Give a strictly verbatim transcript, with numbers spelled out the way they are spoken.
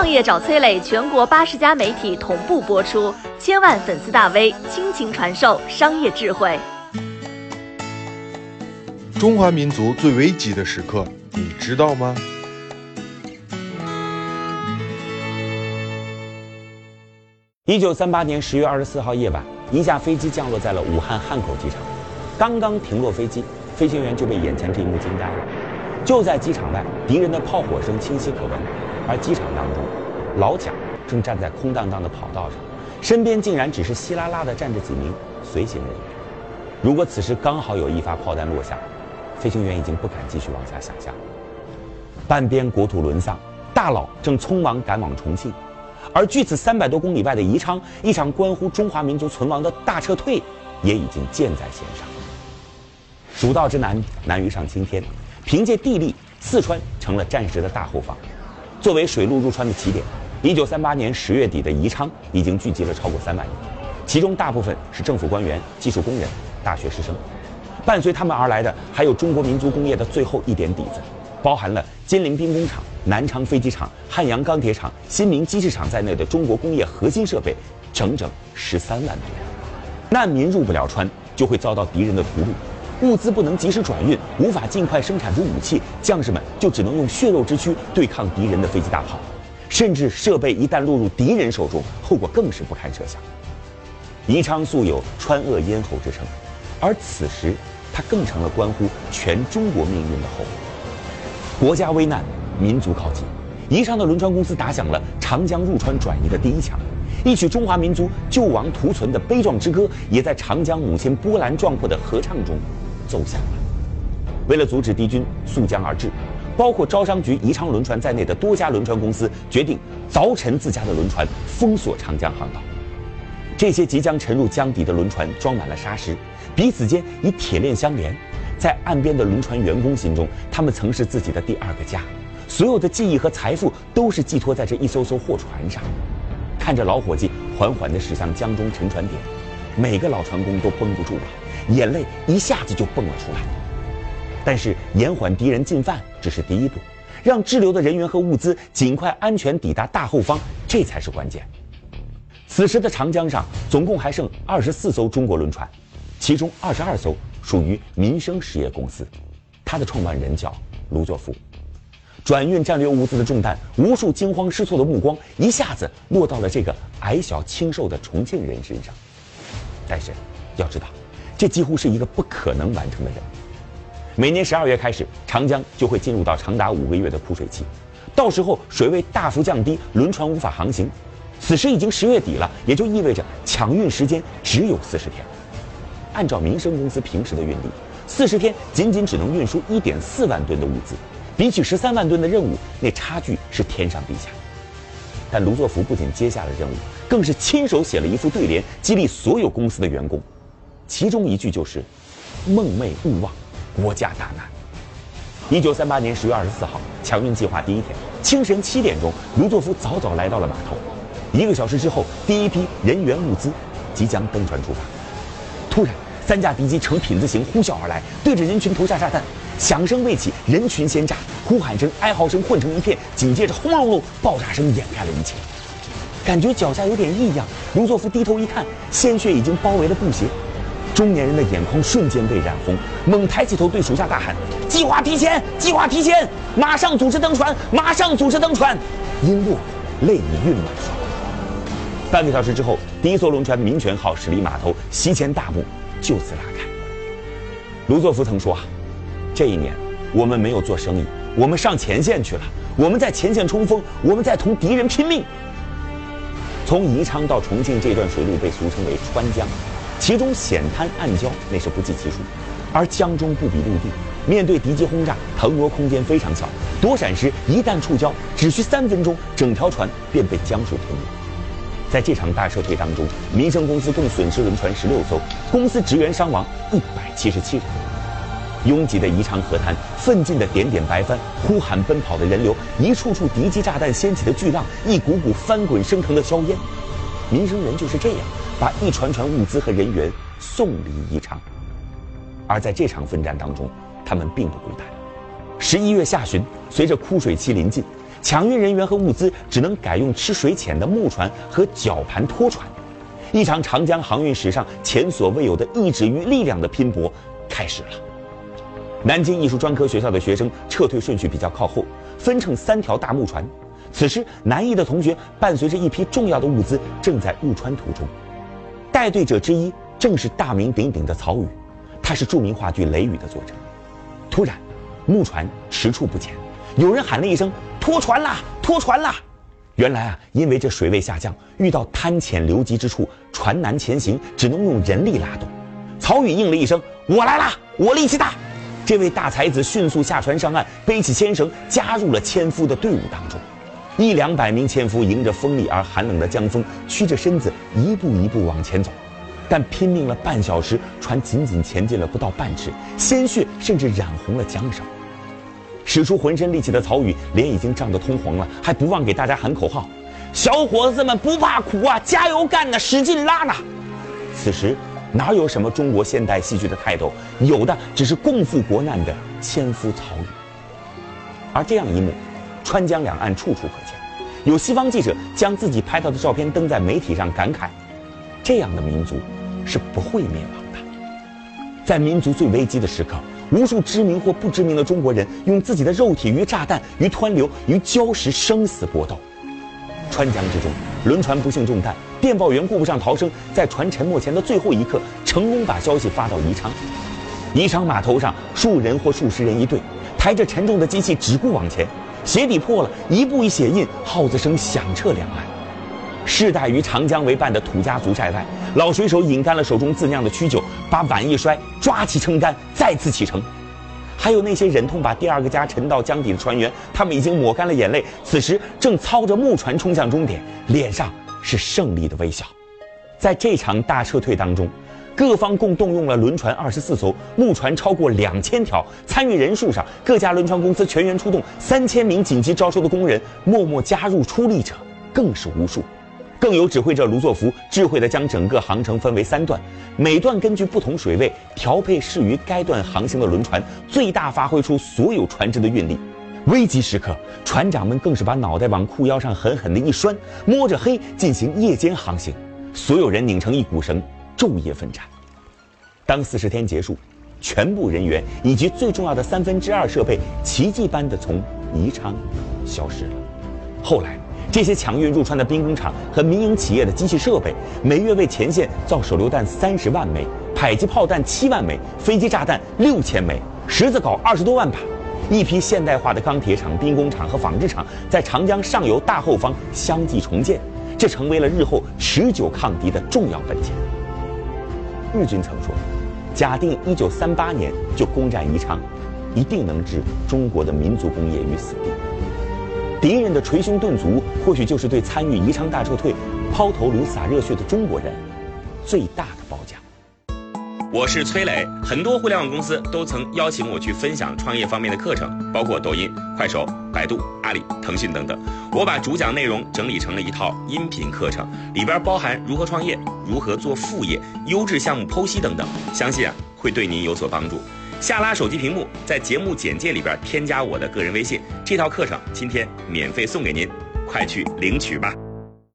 创业找崔磊，全国八十家媒体同步播出，千万粉丝大 V 倾情传授商业智慧。 中华民族最危急的时刻，你知道吗？ 一九三八年十月二十四号夜晚，一架飞机降落在了武汉汉口机场。刚刚停落飞机，飞行员就被眼前这一幕惊呆了。就在机场外，敌人的炮火声清晰可闻，而机场当中，老蒋正站在空荡荡的跑道上，身边竟然只是稀拉拉地站着几名随行人员。如果此时刚好有一发炮弹落下，飞行员已经不敢继续往下想象。半边国土沦丧，大佬正匆忙赶往重庆，而距此三百多公里外的宜昌，一场关乎中华民族存亡的大撤退也已经箭在弦上。蜀道之难，难于上青天。凭借地利，四川成了战时的大后方。作为水路入川的起点，一九三八年十月底的宜昌已经聚集了超过三万人，其中大部分是政府官员、技术工人、大学师生。伴随他们而来的，还有中国民族工业的最后一点底子，包含了金陵兵工厂、南昌飞机场、汉阳钢铁厂、新民机械厂在内的中国工业核心设备，整整十三万多。难民入不了川，就会遭到敌人的屠戮。物资不能及时转运，无法尽快生产出武器，将士们就只能用血肉之躯对抗敌人的飞机大炮，甚至设备一旦落入敌人手中，后果更是不堪设想。宜昌素有川鄂咽喉之称，而此时它更成了关乎全中国命运的后果。国家危难，民族靠近，宜昌的轮船公司打响了长江入川转移的第一枪，一曲中华民族救亡图存的悲壮之歌，也在长江母亲波澜壮阔的合唱中奏响了。为了阻止敌军溯江而至，包括招商局、宜昌轮船在内的多家轮船公司决定凿沉自家的轮船，封锁长江航道。这些即将沉入江底的轮船装满了沙石，彼此间以铁链相连。在岸边的轮船员工心中，他们曾是自己的第二个家，所有的记忆和财富都是寄托在这一艘艘货船上。看着老伙计缓缓地驶向江中沉船点，每个老船工都绷不住了，眼泪一下子就蹦了出来。但是延缓敌人进犯只是第一步，让滞留的人员和物资尽快安全抵达大后方，这才是关键。此时的长江上总共还剩二十四艘中国轮船，其中二十二艘属于民生实业公司，它的创办人叫卢作孚。转运战略物资的重担，无数惊慌失措的目光一下子落到了这个矮小清瘦的重庆人身上。但是要知道，这几乎是一个不可能完成的任务。每年十二月开始，长江就会进入到长达五个月的枯水期，到时候水位大幅降低，轮船无法航行。此时已经十月底了，也就意味着抢运时间只有四十天。按照民生公司平时的运力，四十天仅仅只能运输一点四万吨的物资。比起十三万吨的任务，那差距是天上地下。但卢作孚不仅接下了任务，更是亲手写了一副对联，激励所有公司的员工。其中一句就是“梦寐勿忘，国家大难”。一九三八年十月二十四号，抢运计划第一天，清晨七点钟，卢作孚早早来到了码头。一个小时之后，第一批人员物资即将登船出发。突然，三架敌机呈品字形呼啸而来，对着人群投下炸弹。响声未起，人群先炸，呼喊声、哀嚎声混成一片，紧接着轰隆隆，爆炸声掩盖了一切。感觉脚下有点异样，卢作孚低头一看，鲜血已经包围了布鞋。中年人的眼眶瞬间被染红，猛抬起头对属下大喊：“计划提前，计划提前，马上组织登船，马上组织登船！”音落，泪已晕满双。半个小时之后，第一艘轮船民权号驶离码头，席前大幕就此拉开。卢作孚曾说啊，这一年我们没有做生意，我们上前线去了，我们在前线冲锋，我们在同敌人拼命。从宜昌到重庆这段水路被俗称为川江，其中险滩暗礁那是不计其数，而江中不比陆地，面对敌机轰炸，腾挪空间非常小，躲闪时一旦触礁，只需三分钟，整条船便被江水吞没。在这场大撤退当中，民生公司共损失轮船十六艘，公司职员伤亡一百七十七人。拥挤的宜昌河滩，奋进的点点白帆，呼喊奔跑的人流，一处处敌机炸弹掀起的巨浪，一股股翻滚升腾的硝烟。民生人就是这样把一船船物资和人员送离宜昌。而在这场奋战当中，他们并不孤单。十一月下旬，随着枯水期临近， 抢运人员和物资只能改用吃水浅的木船和绞盘拖船。一场长江航运史上前所未有的意志与力量的拼搏开始了。南京艺术专科学校的学生撤退顺序比较靠后，分成三条大木船。此时，南艺的同学伴随着一批重要的物资正在入川途中。带队者之一正是大名鼎鼎的曹禺，他是著名话剧《雷雨》的作者。突然，木船迟处不前，有人喊了一声：“拖船啦，拖船啦！”原来啊，因为这水位下降，遇到滩浅流急之处，船难前行，只能用人力拉动。曹禺应了一声：“我来啦，我力气大。”这位大才子迅速下船上岸，背起牵绳，加入了纤夫的队伍当中。一两百名纤夫迎着锋利而寒冷的江风，屈着身子，一步一步往前走。但拼命了半小时，船仅仅前进了不到半尺，鲜血甚至染红了桨绳。使出浑身力气的曹禺脸已经涨得通红了，还不忘给大家喊口号：“小伙子们不怕苦啊，加油干呐，使劲拉呐！”此时哪有什么中国现代戏剧的泰斗，有的只是共赴国难的纤夫曹禺。而这样一幕，川江两岸处处可见。有西方记者将自己拍到的照片登在媒体上，感慨：这样的民族是不会灭亡的。在民族最危机的时刻，无数知名或不知名的中国人用自己的肉体与炸弹、与湍流、与礁石生死搏斗。川江之中，轮船不幸中弹，电报员顾不上逃生，在船沉没前的最后一刻，成功把消息发到宜昌。宜昌码头上，数人或数十人一队，抬着沉重的机器只顾往前，鞋底破了，一步一血印，号子声响彻两岸。世代与长江为伴的土家族寨外，老水手饮干了手中自酿的曲酒，把碗一摔，抓起撑杆，再次启程。还有那些忍痛把第二个家沉到江底的船员，他们已经抹干了眼泪，此时正操着木船冲向终点，脸上是胜利的微笑。在这场大撤退当中，各方共动用了轮船二十四艘，木船超过两千条，参与人数上，各家轮船公司全员出动，三千名紧急招收的工人，默默加入出力者更是无数。更有指挥者卢作孚智慧地将整个航程分为三段，每段根据不同水位调配适于该段航行的轮船，最大发挥出所有船只的运力。危急时刻，船长们更是把脑袋往裤腰上狠狠地一拴，摸着黑进行夜间航行，所有人拧成一股绳，昼夜奋战。当四十天结束，全部人员以及最重要的三分之二设备奇迹般地从宜昌消失了。后来这些抢运入川的兵工厂和民营企业的机器设备，每月为前线造手榴弹三十万枚，迫击炮弹七万枚，飞机炸弹六千枚，十字镐二十多万把。一批现代化的钢铁厂、兵工厂和纺织厂在长江上游大后方相继重建，这成为了日后持久抗敌的重要本钱。日军曾说，假定一九三八年就攻占宜昌，一定能置中国的民族工业于死地。敌人的捶胸顿足，或许就是对参与宜昌大撤退、抛头颅洒热血的中国人最大的褒奖。 我是崔磊，很多互联网公司都曾邀请我去分享创业方面的课程，包括抖音、快手、百度、阿里、腾讯等等。我把主讲内容整理成了一套音频课程，里边包含如何创业、如何做副业、优质项目剖析等等，相信啊会对您有所帮助。下拉手机屏幕，在节目简介里边添加我的个人微信，这套课程今天免费送给您，快去领取吧。